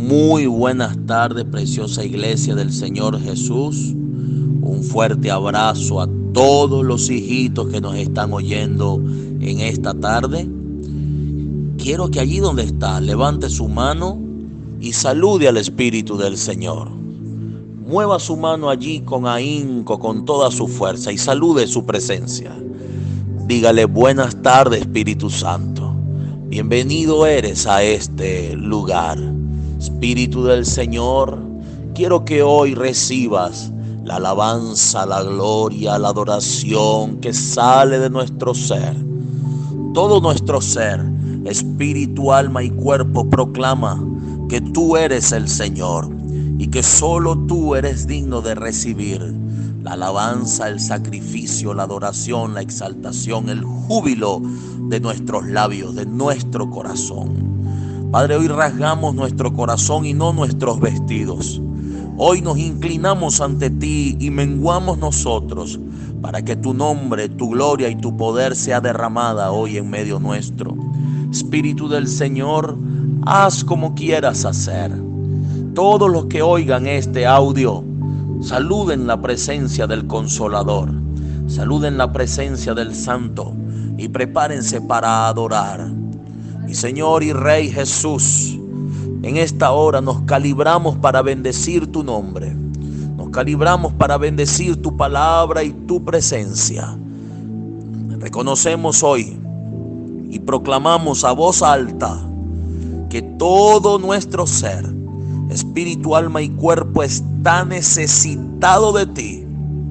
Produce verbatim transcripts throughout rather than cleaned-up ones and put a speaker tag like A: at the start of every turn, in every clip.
A: Muy buenas tardes, preciosa iglesia del Señor Jesús. Un fuerte abrazo a todos los hijitos que nos están oyendo en esta tarde. Quiero que allí donde está, levante su mano y salude al Espíritu del Señor. Mueva su mano allí con ahínco, con toda su fuerza, y salude su presencia. Dígale: buenas tardes, Espíritu Santo. Bienvenido eres a este lugar. Espíritu del Señor, quiero que hoy recibas la alabanza, la gloria, la adoración que sale de nuestro ser. Todo nuestro ser, espíritu, alma y cuerpo, proclama que tú eres el Señor y que solo tú eres digno de recibir la alabanza, el sacrificio, la adoración, la exaltación, el júbilo de nuestros labios, de nuestro corazón. Padre, hoy rasgamos nuestro corazón y no nuestros vestidos. Hoy nos inclinamos ante ti y menguamos nosotros para que tu nombre, tu gloria y tu poder sea derramada hoy en medio nuestro. Espíritu del Señor, haz como quieras hacer. Todos los que oigan este audio, saluden la presencia del Consolador, saluden la presencia del Santo y prepárense para adorar. Mi Señor y Rey Jesús, en esta hora nos calibramos para bendecir tu nombre. Nos calibramos para bendecir tu palabra y tu presencia. Reconocemos hoy y proclamamos a voz alta que todo nuestro ser, espíritu, alma y cuerpo está necesitado de ti.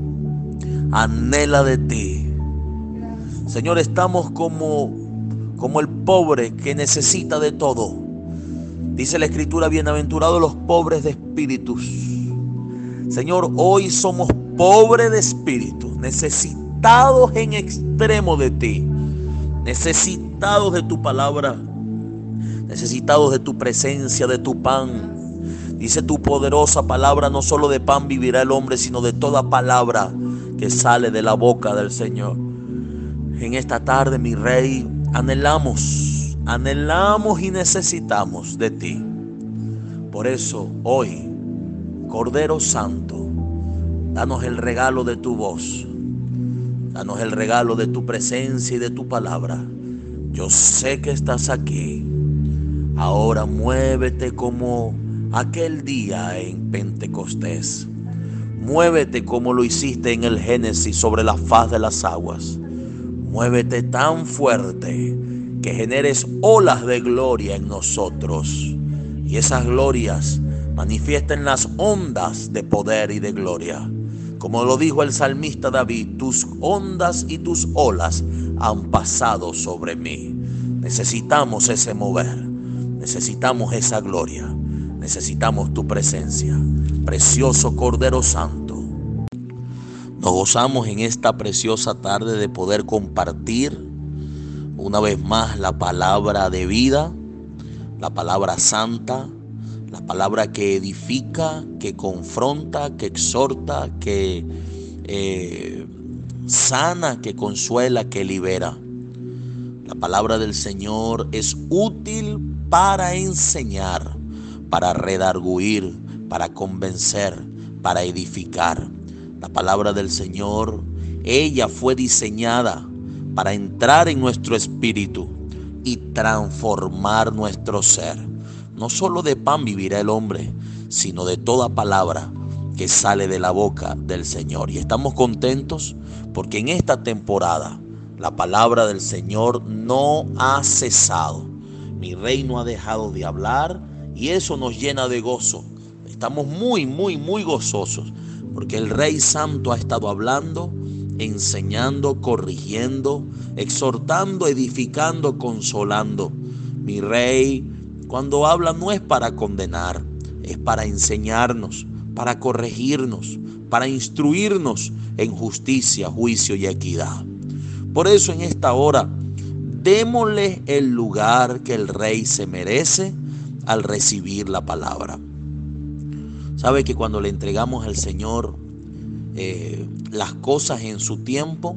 A: Anhela de ti. Señor, estamos como, como el pobre que necesita de todo. Dice la Escritura: bienaventurados los pobres de espíritus. Señor, hoy somos pobres de espíritu, necesitados en extremo de ti, necesitados de tu palabra, necesitados de tu presencia, de tu pan. Dice tu poderosa palabra: no solo de pan vivirá el hombre, sino de toda palabra que sale de la boca del Señor. En esta tarde, mi Rey, anhelamos, anhelamos y necesitamos de ti. Por eso hoy, Cordero Santo, danos el regalo de tu voz, danos el regalo de tu presencia y de tu palabra. Yo sé que estás aquí. Ahora muévete como aquel día en Pentecostés. Muévete como lo hiciste en el Génesis sobre la faz de las aguas. Muévete tan fuerte que generes olas de gloria en nosotros. Y esas glorias manifiesten las ondas de poder y de gloria. Como lo dijo el salmista David: tus ondas y tus olas han pasado sobre mí. Necesitamos ese mover. Necesitamos esa gloria. Necesitamos tu presencia. Precioso Cordero Santo, nos gozamos en esta preciosa tarde de poder compartir una vez más la palabra de vida, la palabra santa, la palabra que edifica, que confronta, que exhorta, que eh, sana, que consuela, que libera. La palabra del Señor es útil para enseñar, para redarguir, para convencer, para edificar. La palabra del Señor, ella fue diseñada para entrar en nuestro espíritu y transformar nuestro ser. No solo de pan vivirá el hombre, sino de toda palabra que sale de la boca del Señor. Y estamos contentos porque en esta temporada la palabra del Señor no ha cesado. Mi Rey no ha dejado de hablar y eso nos llena de gozo. Estamos muy, muy, muy gozosos porque el Rey Santo ha estado hablando, enseñando, corrigiendo, exhortando, edificando, consolando. Mi Rey, cuando habla no es para condenar, es para enseñarnos, para corregirnos, para instruirnos en justicia, juicio y equidad. Por eso en esta hora, démosle el lugar que el Rey se merece al recibir la palabra. Sabe que cuando le entregamos al Señor eh, las cosas en su tiempo,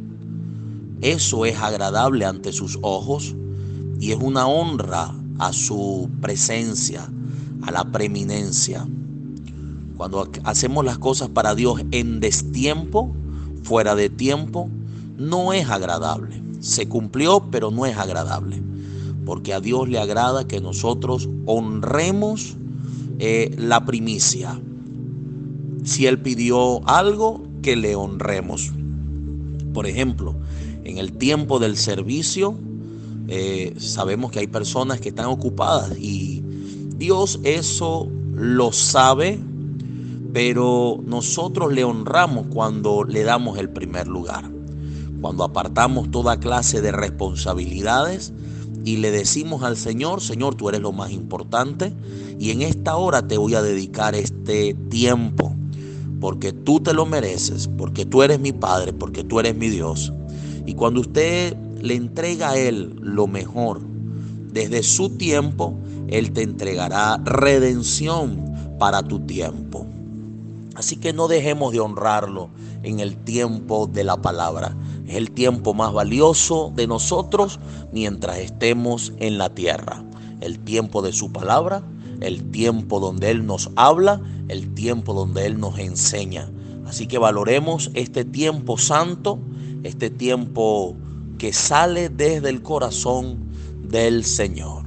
A: eso es agradable ante sus ojos y es una honra a su presencia, a la preeminencia. Cuando hacemos las cosas para Dios en destiempo, fuera de tiempo, no es agradable. Se cumplió, pero no es agradable. Porque a Dios le agrada que nosotros honremos eh, la primicia. Si Él pidió algo, que le honremos. Por ejemplo, en el tiempo del servicio, eh, sabemos que hay personas que están ocupadas y Dios eso lo sabe, pero nosotros le honramos cuando le damos el primer lugar, cuando apartamos toda clase de responsabilidades y le decimos al Señor: Señor, tú eres lo más importante y en esta hora te voy a dedicar este tiempo, porque tú te lo mereces, porque tú eres mi Padre, porque tú eres mi Dios. Y cuando usted le entrega a Él lo mejor, desde su tiempo, Él te entregará redención para tu tiempo. Así que no dejemos de honrarlo en el tiempo de la palabra. Es el tiempo más valioso de nosotros mientras estemos en la tierra. El tiempo de su palabra, el tiempo donde Él nos habla, el tiempo donde Él nos enseña. Así que valoremos este tiempo santo, este tiempo que sale desde el corazón del Señor.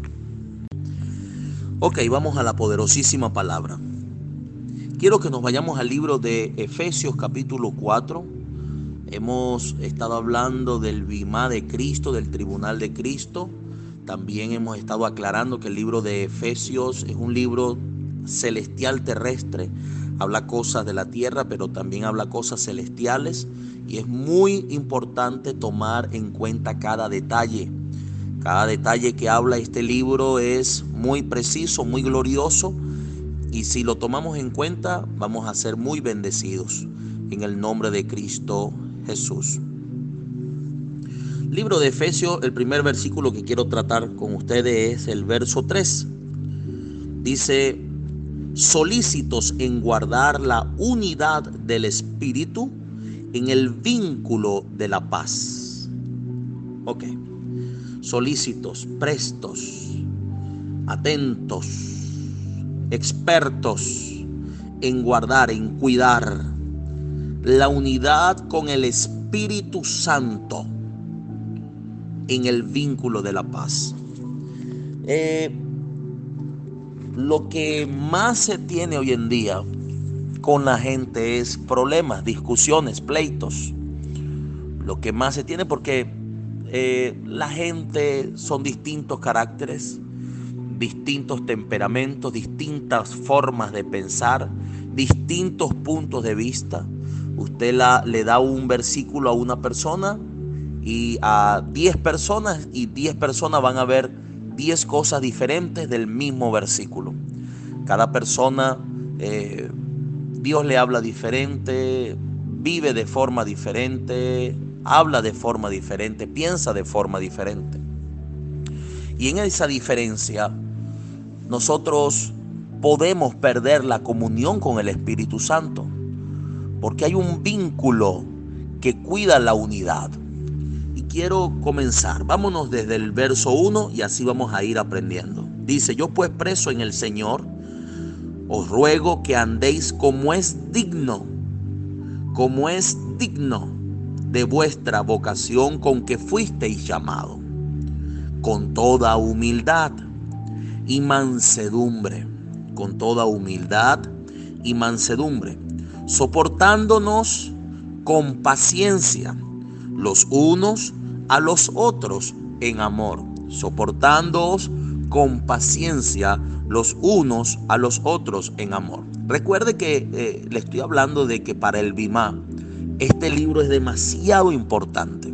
A: Ok, vamos a la poderosísima palabra. Quiero que nos vayamos al libro de Efesios capítulo cuatro. Hemos estado hablando del bimá de Cristo, del tribunal de Cristo. También hemos estado aclarando que el libro de Efesios es un libro celestial terrestre. Habla cosas de la tierra, pero también habla cosas celestiales. Y es muy importante tomar en cuenta cada detalle. Cada detalle que habla este libro es muy preciso, muy glorioso. Y si lo tomamos en cuenta, vamos a ser muy bendecidos en el nombre de Cristo Jesús. Libro de Efesios, el primer versículo que quiero tratar con ustedes es el verso tres. Dice: solícitos en guardar la unidad del Espíritu en el vínculo de la paz. Ok. Solícitos, prestos, atentos, expertos en guardar, en cuidar la unidad con el Espíritu Santo en el vínculo de la paz. Eh, lo que más se tiene hoy en día con la gente es problemas, discusiones, pleitos. Lo que más se tiene porque eh, la gente son distintos caracteres, distintos temperamentos, distintas formas de pensar, distintos puntos de vista. Usted la, le da un versículo a una persona y a diez personas y diez personas van a ver diez cosas diferentes del mismo versículo. Cada persona, eh, Dios le habla diferente, vive de forma diferente, habla de forma diferente, piensa de forma diferente. Y en esa diferencia, nosotros podemos perder la comunión con el Espíritu Santo, porque hay un vínculo que cuida la unidad. Y quiero comenzar, vámonos desde el verso uno y así vamos a ir aprendiendo. Dice: yo pues preso en el Señor, os ruego que andéis como es digno, como es digno de vuestra vocación con que fuisteis llamado, con toda humildad y mansedumbre, con toda humildad y mansedumbre, soportándonos con paciencia los unos a los otros en amor, soportándoos con paciencia los unos a los otros en amor. Recuerde que eh, le estoy hablando de que para el bimá este libro es demasiado importante.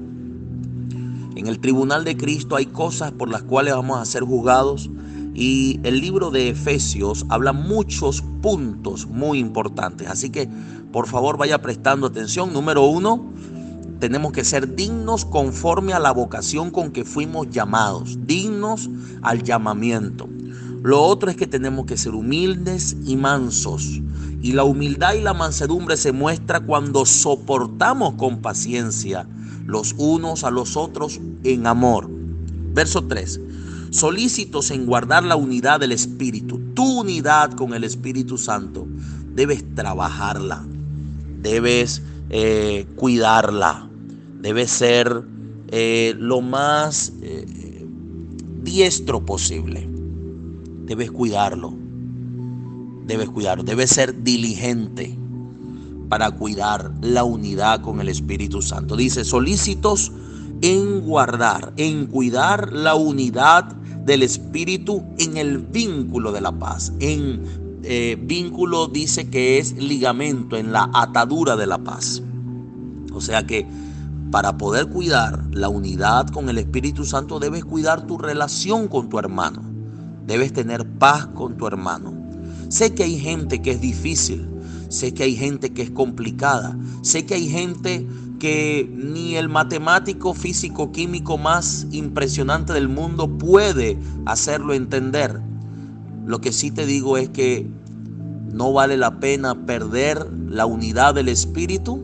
A: En el tribunal de Cristo hay cosas por las cuales vamos a ser juzgados y el libro de Efesios habla muchos puntos muy importantes. Así que por favor vaya prestando atención. Número uno, tenemos que ser dignos conforme a la vocación con que fuimos llamados, dignos al llamamiento. Lo otro es que tenemos que ser humildes y mansos. Y la humildad y la mansedumbre se muestra cuando soportamos con paciencia los unos a los otros en amor. Verso tres. solícitos en guardar la unidad del Espíritu. Tu unidad con el Espíritu Santo debes trabajarla, debes eh, cuidarla, debes ser eh, lo más eh, diestro posible. Debes cuidarlo, debes cuidarlo, debes ser diligente para cuidar la unidad con el Espíritu Santo. Dice, solícitos en guardar, en cuidar la unidad del Espíritu en el vínculo de la paz. En eh, vínculo dice que es ligamento, en la atadura de la paz. O sea que para poder cuidar la unidad con el Espíritu Santo debes cuidar tu relación con tu hermano. Debes tener paz con tu hermano. Sé que hay gente que es difícil. Sé que hay gente que es complicada. Sé que hay gente que ni el matemático, físico, químico más impresionante del mundo puede hacerlo entender. Lo que sí te digo es que no vale la pena perder la unidad del Espíritu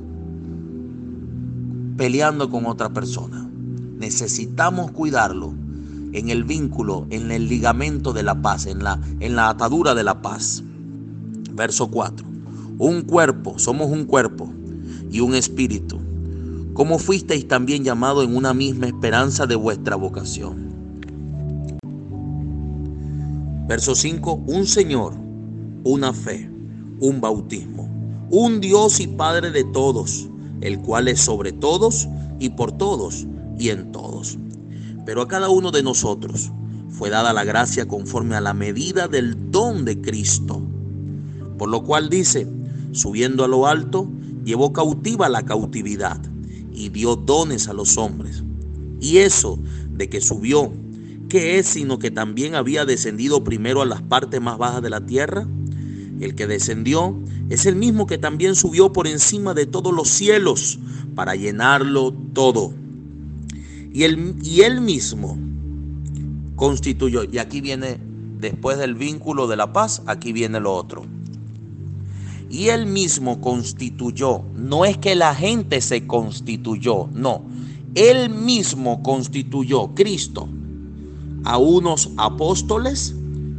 A: peleando con otra persona. Necesitamos cuidarlo en el vínculo, en el ligamento de la paz, en la, en la atadura de la paz. Verso cuatro. Un cuerpo, somos un cuerpo y un espíritu, como fuisteis también llamados en una misma esperanza de vuestra vocación. Verso cinco. Un Señor, una fe, un bautismo, un Dios y Padre de todos, el cual es sobre todos y por todos y en todos. Pero a cada uno de nosotros fue dada la gracia conforme a la medida del don de Cristo. Por lo cual dice, subiendo a lo alto, llevó cautiva la cautividad y dio dones a los hombres. Y eso de que subió, ¿qué es sino que también había descendido primero a las partes más bajas de la tierra? El que descendió es el mismo que también subió por encima de todos los cielos para llenarlo todo. Y él, y él mismo constituyó, y aquí viene, después del vínculo de la paz, aquí viene lo otro. Y él mismo constituyó, no es que la gente se constituyó, no, él mismo constituyó, Cristo, a unos apóstoles,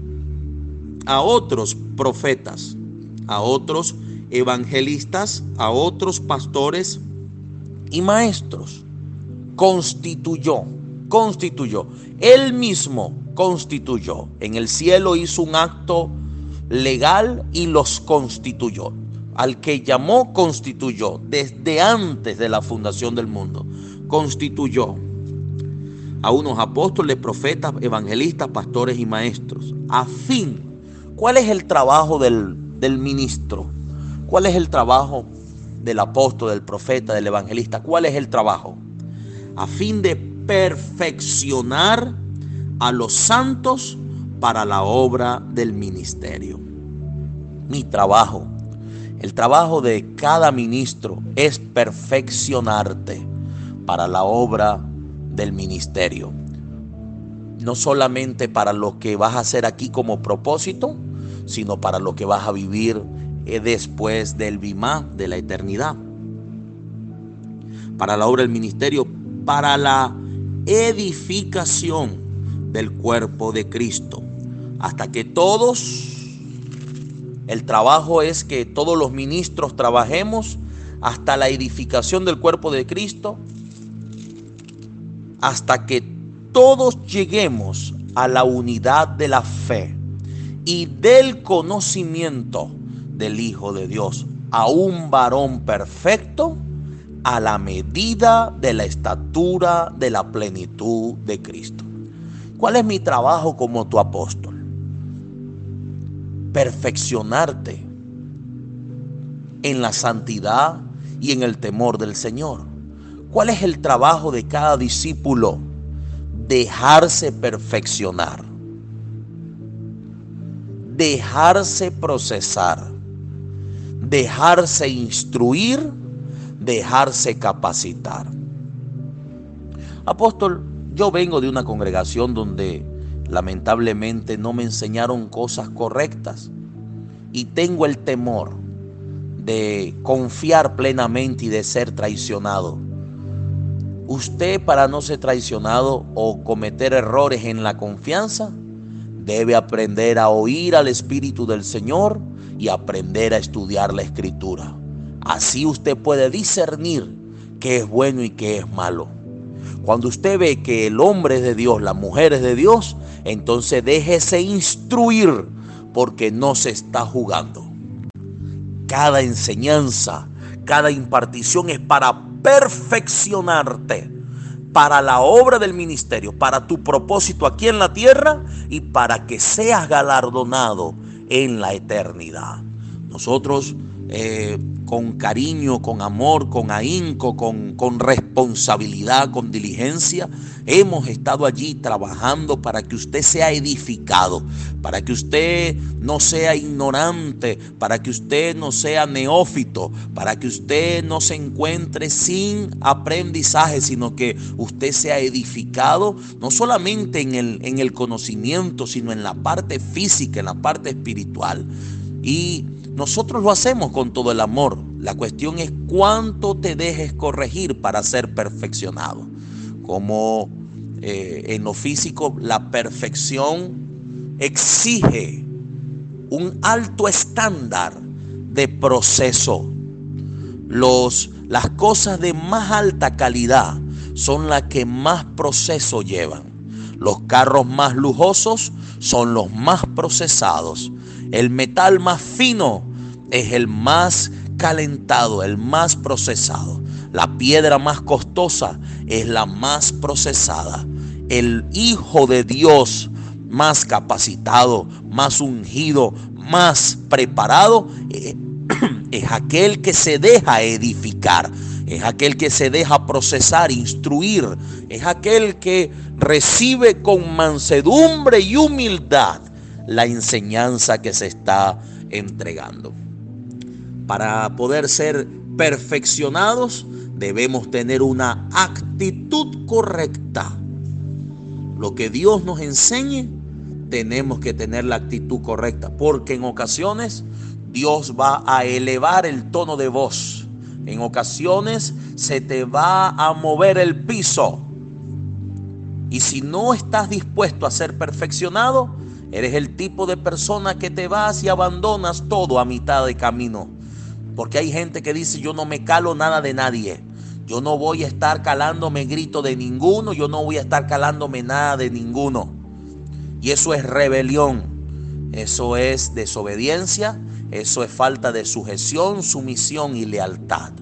A: a otros profetas, a otros evangelistas, a otros pastores y maestros. Constituyó, constituyó, él mismo constituyó. En el cielo hizo un acto legal y los constituyó. Al que llamó, constituyó. Desde antes de la fundación del mundo, constituyó a unos apóstoles, profetas, evangelistas, pastores y maestros. A fin, ¿cuál es el trabajo del, del ministro? ¿Cuál es el trabajo del apóstol, del profeta, del evangelista? ¿Cuál es el trabajo? A fin de perfeccionar a los santos para la obra del ministerio. Mi trabajo, el trabajo de cada ministro es perfeccionarte para la obra del ministerio. No solamente para lo que vas a hacer aquí como propósito, sino para lo que vas a vivir después del bimá, de la eternidad. Para la obra del ministerio, para la edificación del cuerpo de Cristo, hasta que todos, el trabajo es que todos los ministros trabajemos hasta la edificación del cuerpo de Cristo, hasta que todos lleguemos a la unidad de la fe y del conocimiento del Hijo de Dios, a un varón perfecto, a la medida de la estatura de la plenitud de Cristo. ¿Cuál es mi trabajo como tu apóstol? Perfeccionarte en la santidad y en el temor del Señor. ¿Cuál es el trabajo de cada discípulo? Dejarse perfeccionar, dejarse procesar, dejarse instruir, dejarse capacitar. Apóstol, yo vengo de una congregación donde lamentablemente no me enseñaron cosas correctas y tengo el temor de confiar plenamente y de ser traicionado. Usted, para no ser traicionado o cometer errores en la confianza, debe aprender a oír al Espíritu del Señor y aprender a estudiar la Escritura. Así usted puede discernir qué es bueno y qué es malo. Cuando usted ve que el hombre es de Dios, la mujer es de Dios, entonces déjese instruir, porque no se está jugando. Cada enseñanza, cada impartición es para perfeccionarte, para la obra del ministerio, para tu propósito aquí en la tierra y para que seas galardonado en la eternidad. Nosotros eh, con cariño, con amor, con ahínco, con, con responsabilidad, con diligencia, hemos estado allí trabajando para que usted sea edificado, para que usted no sea ignorante, para que usted no sea neófito, para que usted no se encuentre sin aprendizaje, sino que usted sea edificado, no solamente en el, en el conocimiento, sino en la parte física, en la parte espiritual. Y nosotros lo hacemos con todo el amor. La cuestión es cuánto te dejes corregir para ser perfeccionado. Como eh, en lo físico, la perfección exige un alto estándar de proceso. Los, las cosas de más alta calidad son las que más proceso llevan. Los carros más lujosos son los más procesados. El metal más fino es el más calentado, el más procesado. La piedra más costosa es la más procesada. El Hijo de Dios más capacitado, más ungido, más preparado eh, es aquel que se deja edificar, es aquel que se deja procesar, instruir, es aquel que recibe con mansedumbre y humildad la enseñanza que se está entregando. Para poder ser perfeccionados, debemos tener una actitud correcta. Lo que Dios nos enseñe, tenemos que tener la actitud correcta, porque en ocasiones Dios va a elevar el tono de voz. En ocasiones se te va a mover el piso. Y si no estás dispuesto a ser perfeccionado, eres el tipo de persona que te vas y abandonas todo a mitad de camino. Porque hay gente que dice: yo no me calo nada de nadie. Yo no voy a estar calándome grito de ninguno. Yo no voy a estar calándome nada de ninguno. Y eso es rebelión. Eso es desobediencia. Eso es falta de sujeción, sumisión y lealtad.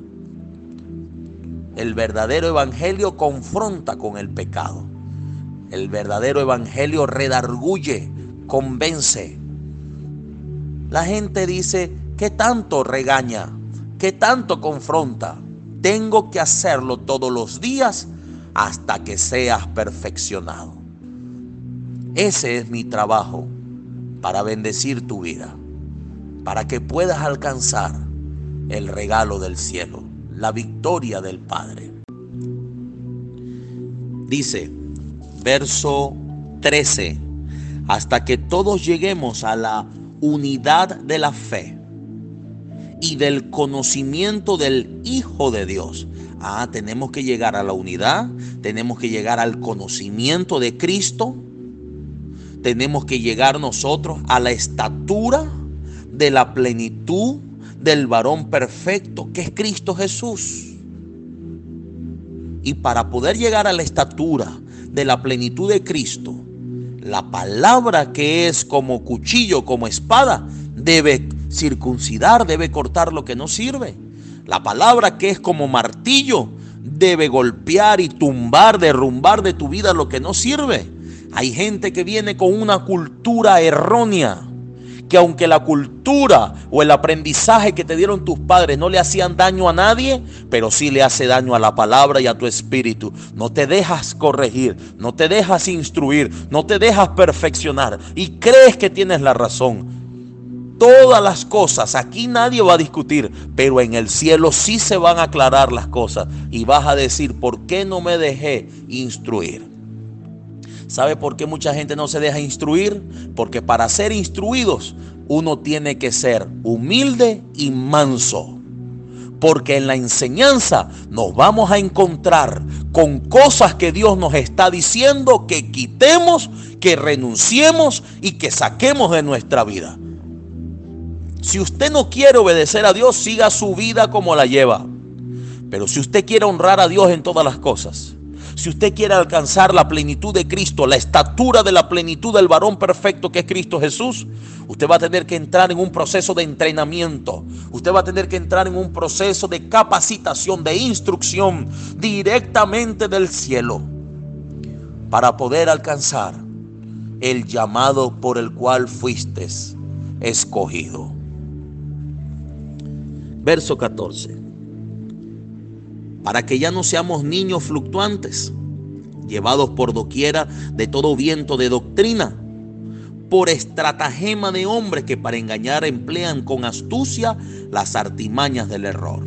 A: El verdadero evangelio confronta con el pecado. El verdadero evangelio redarguye, convence. La gente dice: ¿qué tanto regaña? ¿Qué tanto confronta? Tengo que hacerlo todos los días hasta que seas perfeccionado. Ese es mi trabajo para bendecir tu vida, para que puedas alcanzar el regalo del cielo, la victoria del Padre. Dice, verso trece, hasta que todos lleguemos a la unidad de la fe y del conocimiento del Hijo de Dios. Ah, tenemos que llegar a la unidad, tenemos que llegar al conocimiento de Cristo, tenemos que llegar nosotros a la estatura de la plenitud del varón perfecto, que es Cristo Jesús. Y para poder llegar a la estatura de la plenitud de Cristo, la palabra, que es como cuchillo, como espada, debe circuncidar, debe cortar lo que no sirve. La palabra, que es como martillo, debe golpear y tumbar, derrumbar de tu vida lo que no sirve. Hay gente que viene con una cultura errónea, que aunque la cultura o el aprendizaje que te dieron tus padres no le hacían daño a nadie, pero sí le hace daño a la palabra y a tu espíritu. No te dejas corregir, no te dejas instruir, no te dejas perfeccionar y crees que tienes la razón. Todas las cosas, aquí nadie va a discutir, pero en el cielo sí se van a aclarar las cosas y vas a decir: ¿por qué no me dejé instruir? ¿Sabe por qué mucha gente no se deja instruir? Porque para ser instruidos uno tiene que ser humilde y manso. Porque en la enseñanza nos vamos a encontrar con cosas que Dios nos está diciendo que quitemos, que renunciemos y que saquemos de nuestra vida. Si usted no quiere obedecer a Dios, siga su vida como la lleva. Pero si usted quiere honrar a Dios en todas las cosas, si usted quiere alcanzar la plenitud de Cristo, la estatura de la plenitud del varón perfecto que es Cristo Jesús, usted va a tener que entrar en un proceso de entrenamiento. Usted va a tener que entrar en un proceso de capacitación, de instrucción directamente del cielo para poder alcanzar el llamado por el cual fuiste escogido. Verso catorce. Para que ya no seamos niños fluctuantes, llevados por doquiera de todo viento de doctrina, por estratagema de hombres que para engañar emplean con astucia las artimañas del error.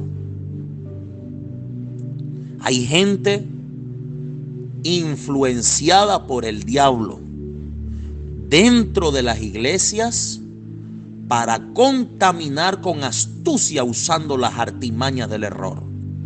A: Hay gente influenciada por el diablo dentro de las iglesias para contaminar con astucia usando las artimañas del error.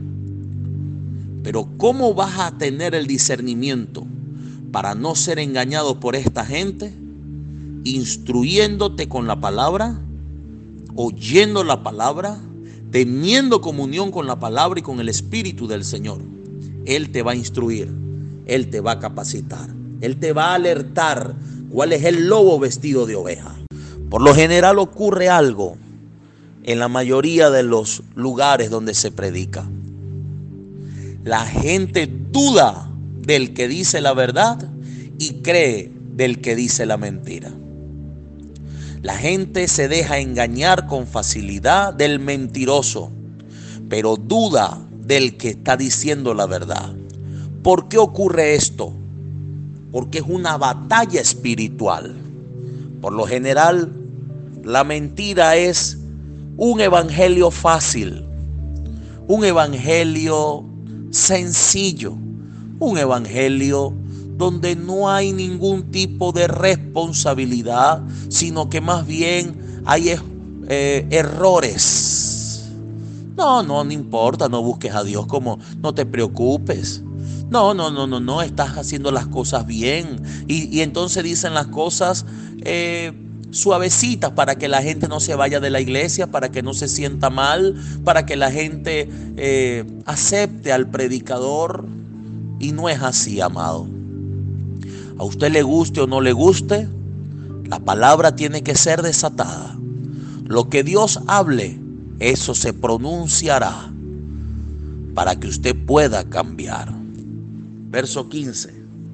A: Pero ¿cómo vas a tener el discernimiento para no ser engañado por esta gente? Instruyéndote con la palabra, oyendo la palabra, teniendo comunión con la palabra y con el Espíritu del Señor. Él te va a instruir, Él te va a capacitar, Él te va a alertar cuál es el lobo vestido de oveja. Por lo general ocurre algo en la mayoría de los lugares donde se predica. La gente duda del que dice la verdad y cree del que dice la mentira. La gente se deja engañar con facilidad del mentiroso, pero duda del que está diciendo la verdad. ¿Por qué ocurre esto? Porque es una batalla espiritual. Por lo general, la mentira es un evangelio fácil, un evangelio sencillo, un evangelio donde no hay ningún tipo de responsabilidad, sino que más bien hay eh, errores. No, no, no importa, no busques a Dios, como no te preocupes. No, no, no, no, no, estás haciendo las cosas bien. Y, y entonces dicen las cosas eh, suavecitas para que la gente no se vaya de la iglesia, para que no se sienta mal, para que la gente eh, acepte al predicador. Y no es así, amado. A usted le guste o no le guste, la palabra tiene que ser desatada. Lo que Dios hable, eso se pronunciará para que usted pueda cambiar. Verso quince.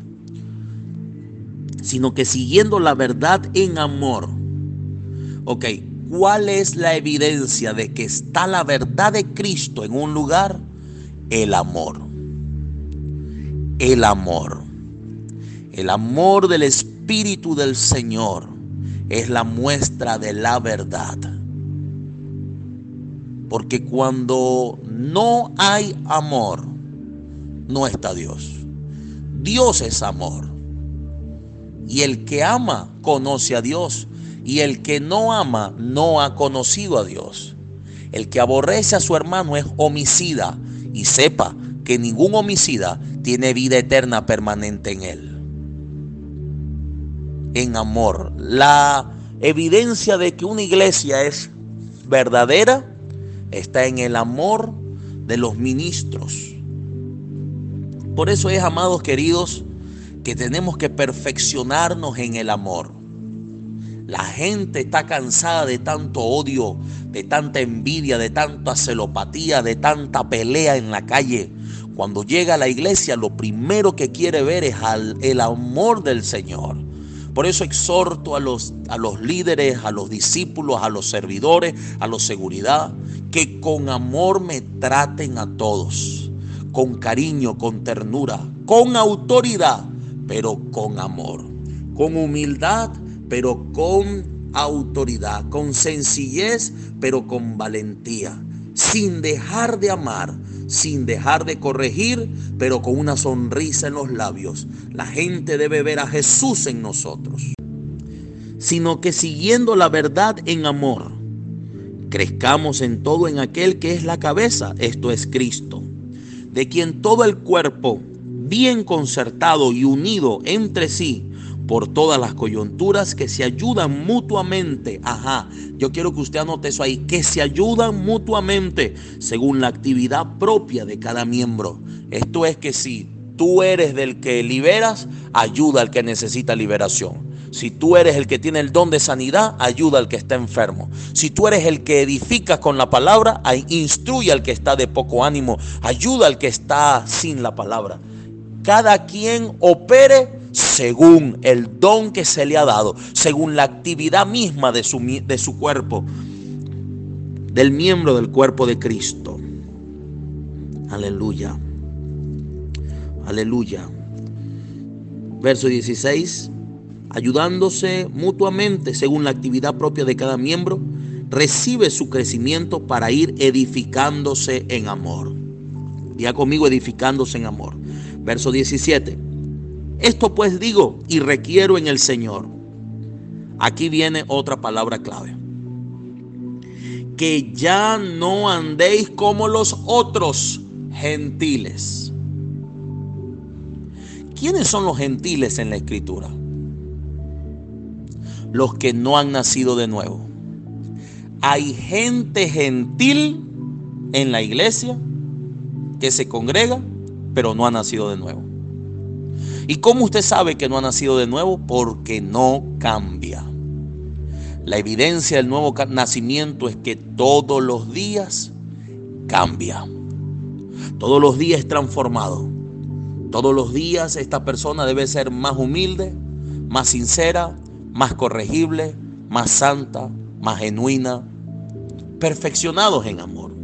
A: Sino que siguiendo la verdad en amor. Ok, ¿cuál es la evidencia de que está la verdad de Cristo en un lugar? El amor. El amor. El amor del Espíritu del Señor es la muestra de la verdad. Porque cuando no hay amor, no está Dios. Dios es amor. Y el que ama conoce a Dios. Y el que no ama no ha conocido a Dios. El que aborrece a su hermano es homicida. Y sepa que ningún homicida tiene vida eterna permanente en él. En amor. La evidencia de que una iglesia es verdadera está en el amor de los ministros. Por eso es, amados queridos, que tenemos que perfeccionarnos en el amor. La gente está cansada de tanto odio, de tanta envidia, de tanta celopatía, de tanta pelea en la calle. Cuando llega a la iglesia, lo primero que quiere ver es al, el amor del Señor. Por eso exhorto a los, a los líderes, a los discípulos, a los servidores, a los seguridad, que con amor me traten a todos, con cariño, con ternura, con autoridad, pero con amor, con humildad, pero con autoridad, con sencillez, pero con valentía, sin dejar de amar, sin dejar de corregir, pero con una sonrisa en los labios. La gente debe ver a Jesús en nosotros. Sino que siguiendo la verdad en amor, crezcamos en todo en aquel que es la cabeza, esto es Cristo, de quien todo el cuerpo, bien concertado y unido entre sí por todas las coyunturas, que se ayudan mutuamente. Ajá, yo quiero que usted anote eso ahí, que se ayudan mutuamente según la actividad propia de cada miembro. Esto es que si tú eres del que liberas, ayuda al que necesita liberación. Si tú eres el que tiene el don de sanidad, ayuda al que está enfermo. Si tú eres el que edifica con la palabra, instruye al que está de poco ánimo, ayuda al que está sin la palabra. Cada quien opere según el don que se le ha dado, según la actividad misma de su, de su cuerpo, del miembro del cuerpo de Cristo. Aleluya. Aleluya. Verso dieciséis. Ayudándose mutuamente según la actividad propia de cada miembro, recibe su crecimiento para ir edificándose en amor. Diga conmigo, edificándose en amor. Verso diecisiete. Esto pues digo y requiero en el Señor. Aquí viene otra palabra clave. Que ya no andéis como los otros gentiles. ¿Quiénes son los gentiles en la Escritura? Los que no han nacido de nuevo. Hay gente gentil en la iglesia que se congrega, pero no ha nacido de nuevo. ¿Y cómo usted sabe que no ha nacido de nuevo? Porque no cambia. La evidencia del nuevo nacimiento es que todos los días cambia. Todos los días es transformado. Todos los días esta persona debe ser más humilde, más sincera, más corregible, más santa, más genuina, perfeccionados en amor.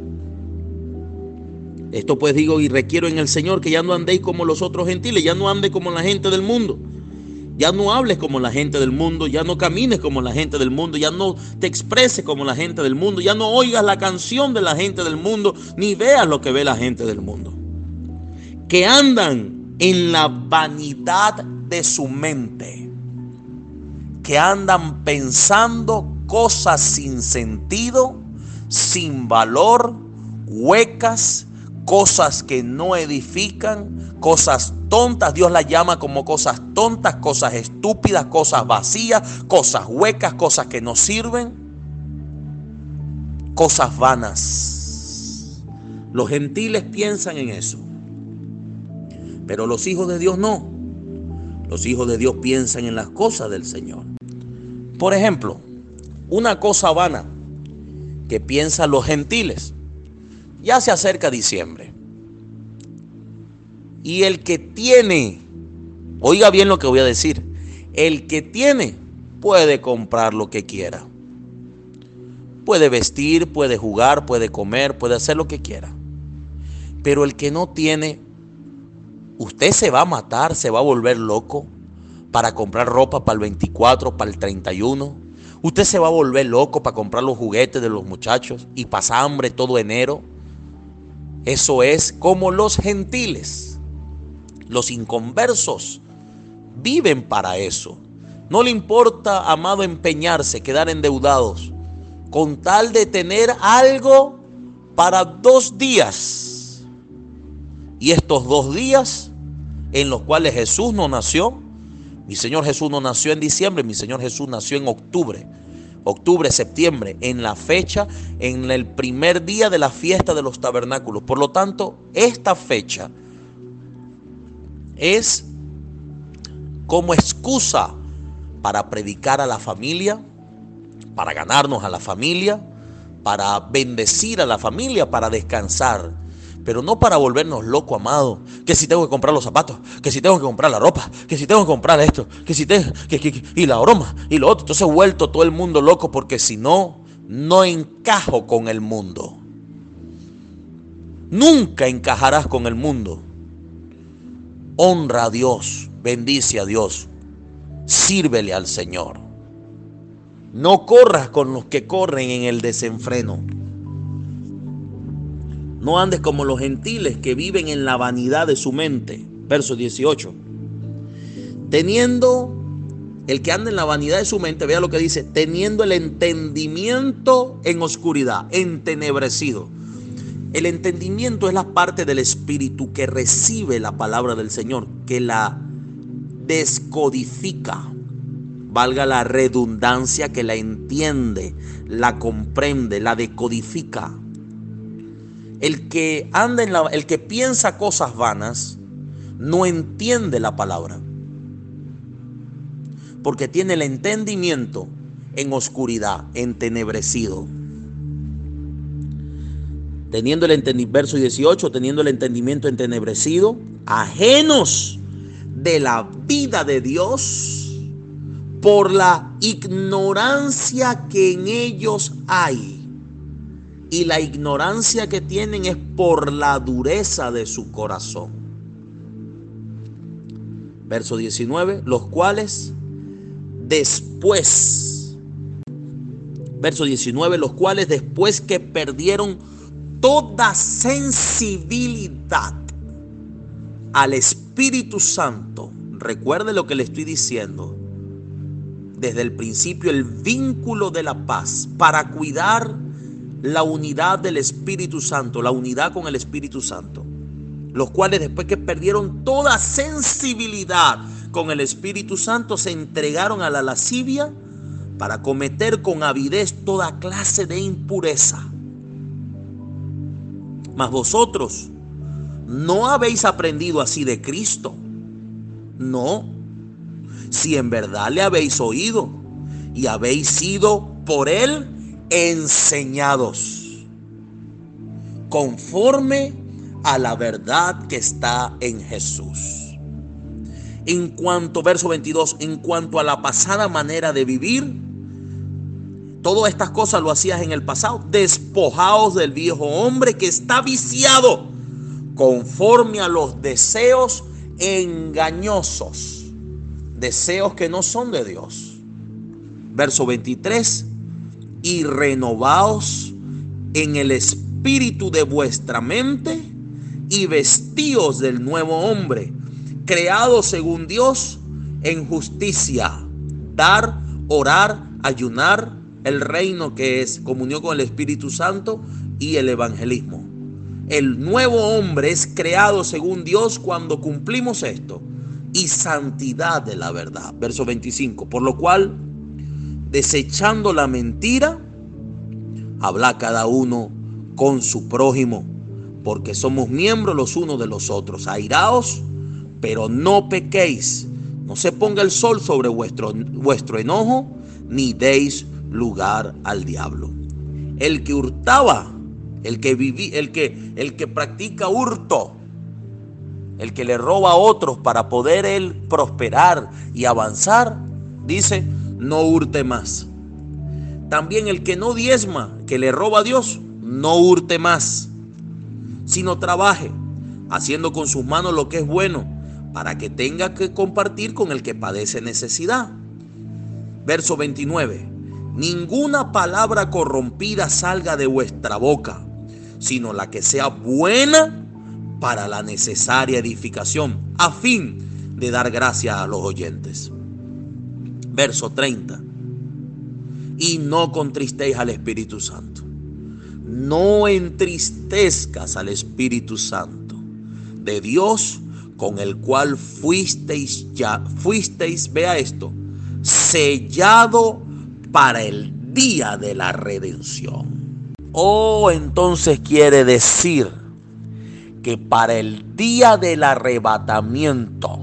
A: Esto pues digo y requiero en el Señor, que ya no andéis como los otros gentiles, ya no andes como la gente del mundo, ya no hables como la gente del mundo, ya no camines como la gente del mundo, ya no te expreses como la gente del mundo, ya no oigas la canción de la gente del mundo, ni veas lo que ve la gente del mundo. Que andan en la vanidad de su mente, que andan pensando cosas sin sentido, sin valor, huecas, cosas que no edifican, cosas tontas. Dios las llama como cosas tontas, cosas estúpidas, cosas vacías, cosas huecas, cosas que no sirven, cosas vanas. Los gentiles piensan en eso, pero los hijos de Dios no. Los hijos de Dios piensan en las cosas del Señor. Por ejemplo, una cosa vana que piensan los gentiles. Ya se acerca diciembre. Y el que tiene, oiga bien lo que voy a decir, el que tiene puede comprar lo que quiera. Puede vestir, puede jugar, puede comer, puede hacer lo que quiera. Pero el que no tiene, usted se va a matar, se va a volver loco para comprar ropa para el veinticuatro, para el treinta y uno. Usted se va a volver loco para comprar los juguetes de los muchachos y pasar hambre todo enero. Eso es como los gentiles. Los inconversos viven para eso. No le importa, amado, empeñarse, quedar endeudados, con tal de tener algo para dos días. Y estos dos días en los cuales Jesús no nació, mi Señor Jesús no nació en diciembre, mi Señor Jesús nació en octubre. Octubre, septiembre, en la fecha, en el primer día de la fiesta de los tabernáculos. Por lo tanto, esta fecha es como excusa para predicar a la familia, para ganarnos a la familia, para bendecir a la familia, para descansar. Pero no para volvernos locos, amado. Que si tengo que comprar los zapatos, que si tengo que comprar la ropa, que si tengo que comprar esto, que si tengo que, que, que, y la broma y lo otro. Entonces he vuelto todo el mundo loco, porque si no, no encajo con el mundo. Nunca encajarás con el mundo. Honra a Dios, bendice a Dios, sírvele al Señor. No corras con los que corren en el desenfreno. No andes como los gentiles que viven en la vanidad de su mente. Verso dieciocho. Teniendo, el que anda en la vanidad de su mente, vea lo que dice, teniendo el entendimiento en oscuridad, entenebrecido. El entendimiento es la parte del espíritu que recibe la palabra del Señor, que la descodifica, valga la redundancia, que la entiende, la comprende, la decodifica. El que anda en la, el que piensa cosas vanas no entiende la palabra, porque tiene el entendimiento en oscuridad, entenebrecido. Teniendo el entendimiento, verso dieciocho, teniendo el entendimiento entenebrecido, ajenos de la vida de Dios por la ignorancia que en ellos hay. Y la ignorancia que tienen es por la dureza de su corazón. Verso diecinueve, los cuales después, verso diecinueve, los cuales después que perdieron toda sensibilidad al Espíritu Santo, recuerde lo que le estoy diciendo desde el principio, el vínculo de la paz para cuidar la unidad del Espíritu Santo, la unidad con el Espíritu Santo, los cuales después que perdieron toda sensibilidad con el Espíritu Santo se entregaron a la lascivia para cometer con avidez toda clase de impureza. Mas vosotros no habéis aprendido así de Cristo. No, si en verdad le habéis oído y habéis sido por él enseñados, conforme a la verdad que está en Jesús. En cuanto, verso veintidós, en cuanto a la pasada manera de vivir, todas estas cosas lo hacías en el pasado. Despojaos del viejo hombre que está viciado conforme a los deseos engañosos, deseos que no son de Dios. Verso veintitrés, y renovaos en el espíritu de vuestra mente y vestíos del nuevo hombre, creado según Dios en justicia, dar, orar, ayunar, el reino que es comunión con el Espíritu Santo y el evangelismo. El nuevo hombre es creado según Dios cuando cumplimos esto, y santidad de la verdad. Verso veinticinco, por lo cual, desechando la mentira, habla cada uno con su prójimo, porque somos miembros los unos de los otros. Airaos, pero no pequéis. No se ponga el sol sobre vuestro, vuestro enojo, ni deis lugar al diablo. El que hurtaba, el que viví, el que, el que practica hurto, el que le roba a otros para poder él prosperar y avanzar, dice, no hurte más. También el que no diezma, que le roba a Dios, no hurte más, sino trabaje, haciendo con sus manos lo que es bueno, para que tenga que compartir con el que padece necesidad. Verso veintinueve, ninguna palabra corrompida salga de vuestra boca, sino la que sea buena para la necesaria edificación, a fin de dar gracia a los oyentes. Verso treinta, y no contristéis al Espíritu Santo. No entristezcas al Espíritu Santo de Dios, con el cual fuisteis ya, fuisteis, vea esto, sellado para el día de la redención. Oh, entonces quiere decir que para el día del arrebatamiento,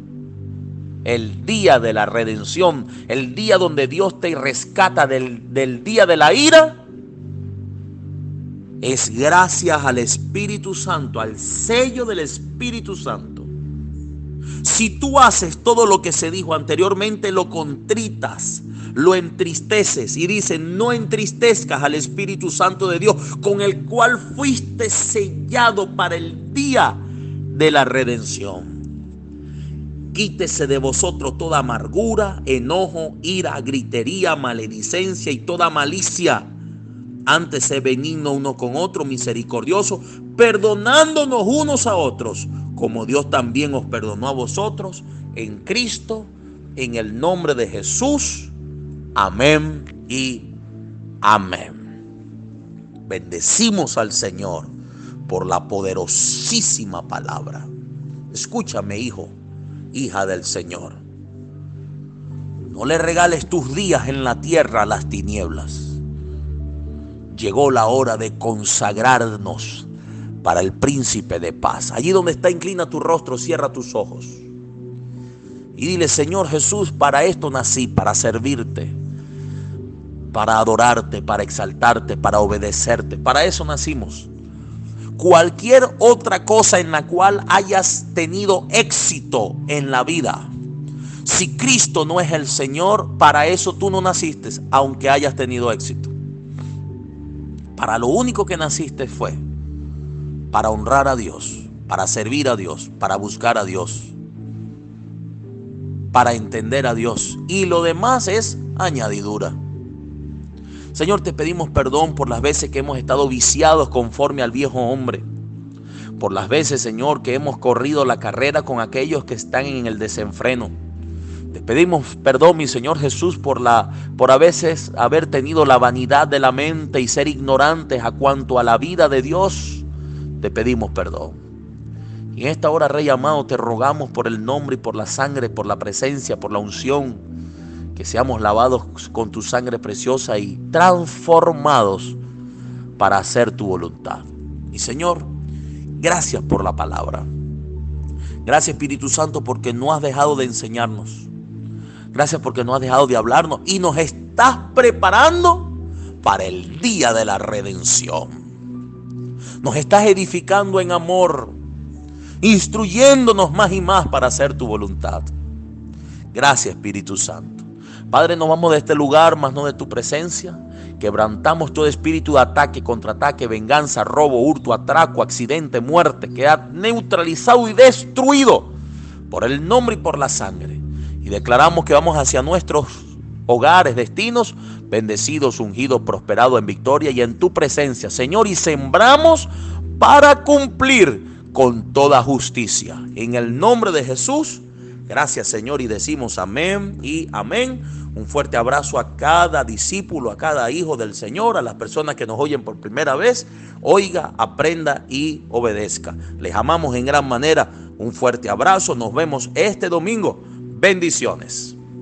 A: el día de la redención, el día donde Dios te rescata del, del día de la ira, es gracias al Espíritu Santo, al sello del Espíritu Santo. Si tú haces todo lo que se dijo anteriormente, lo contritas, lo entristeces, y dice, no entristezcas al Espíritu Santo de Dios, con el cual fuiste sellado para el día de la redención. Quítese de vosotros toda amargura, enojo, ira, gritería, maledicencia y toda malicia. Antes sé benigno uno con otro, misericordioso, perdonándonos unos a otros, como Dios también os perdonó a vosotros en Cristo, en el nombre de Jesús. Amén y amén. Bendecimos al Señor por la poderosísima palabra. Escúchame, hijo, hija del Señor. No le regales tus días en la tierra a las tinieblas. Llegó la hora de consagrarnos para el príncipe de paz. Allí donde está, inclina tu rostro, cierra tus ojos. Y dile: Señor Jesús, para esto nací, para servirte, para adorarte, para exaltarte, para obedecerte. Para eso nacimos. Cualquier otra cosa en la cual hayas tenido éxito en la vida, si Cristo no es el Señor, para eso tú no naciste, aunque hayas tenido éxito. Para lo único que naciste fue para honrar a Dios, para servir a Dios, para buscar a Dios, para entender a Dios. Y lo demás es añadidura. Señor, te pedimos perdón por las veces que hemos estado viciados conforme al viejo hombre. Por las veces, Señor, que hemos corrido la carrera con aquellos que están en el desenfreno. Te pedimos perdón, mi Señor Jesús, por, la, por a veces haber tenido la vanidad de la mente y ser ignorantes a cuanto a la vida de Dios. Te pedimos perdón. Y en esta hora, Rey amado, te rogamos por el nombre y por la sangre, por la presencia, por la unción, que seamos lavados con tu sangre preciosa y transformados para hacer tu voluntad. Y Señor, gracias por la palabra. Gracias, Espíritu Santo, porque no has dejado de enseñarnos. Gracias porque no has dejado de hablarnos y nos estás preparando para el día de la redención. Nos estás edificando en amor, instruyéndonos más y más para hacer tu voluntad. Gracias, Espíritu Santo. Padre, nos vamos de este lugar, más no de tu presencia. Quebrantamos todo espíritu de ataque, contraataque, venganza, robo, hurto, atraco, accidente, muerte. Queda neutralizado y destruido por el nombre y por la sangre. Y declaramos que vamos hacia nuestros hogares, destinos, bendecidos, ungidos, prosperados en victoria y en tu presencia, Señor. Y sembramos para cumplir con toda justicia. En el nombre de Jesús. Gracias, Señor, y decimos amén y amén. Un fuerte abrazo a cada discípulo, a cada hijo del Señor, a las personas que nos oyen por primera vez. Oiga, aprenda y obedezca. Les amamos en gran manera. Un fuerte abrazo. Nos vemos este domingo. Bendiciones.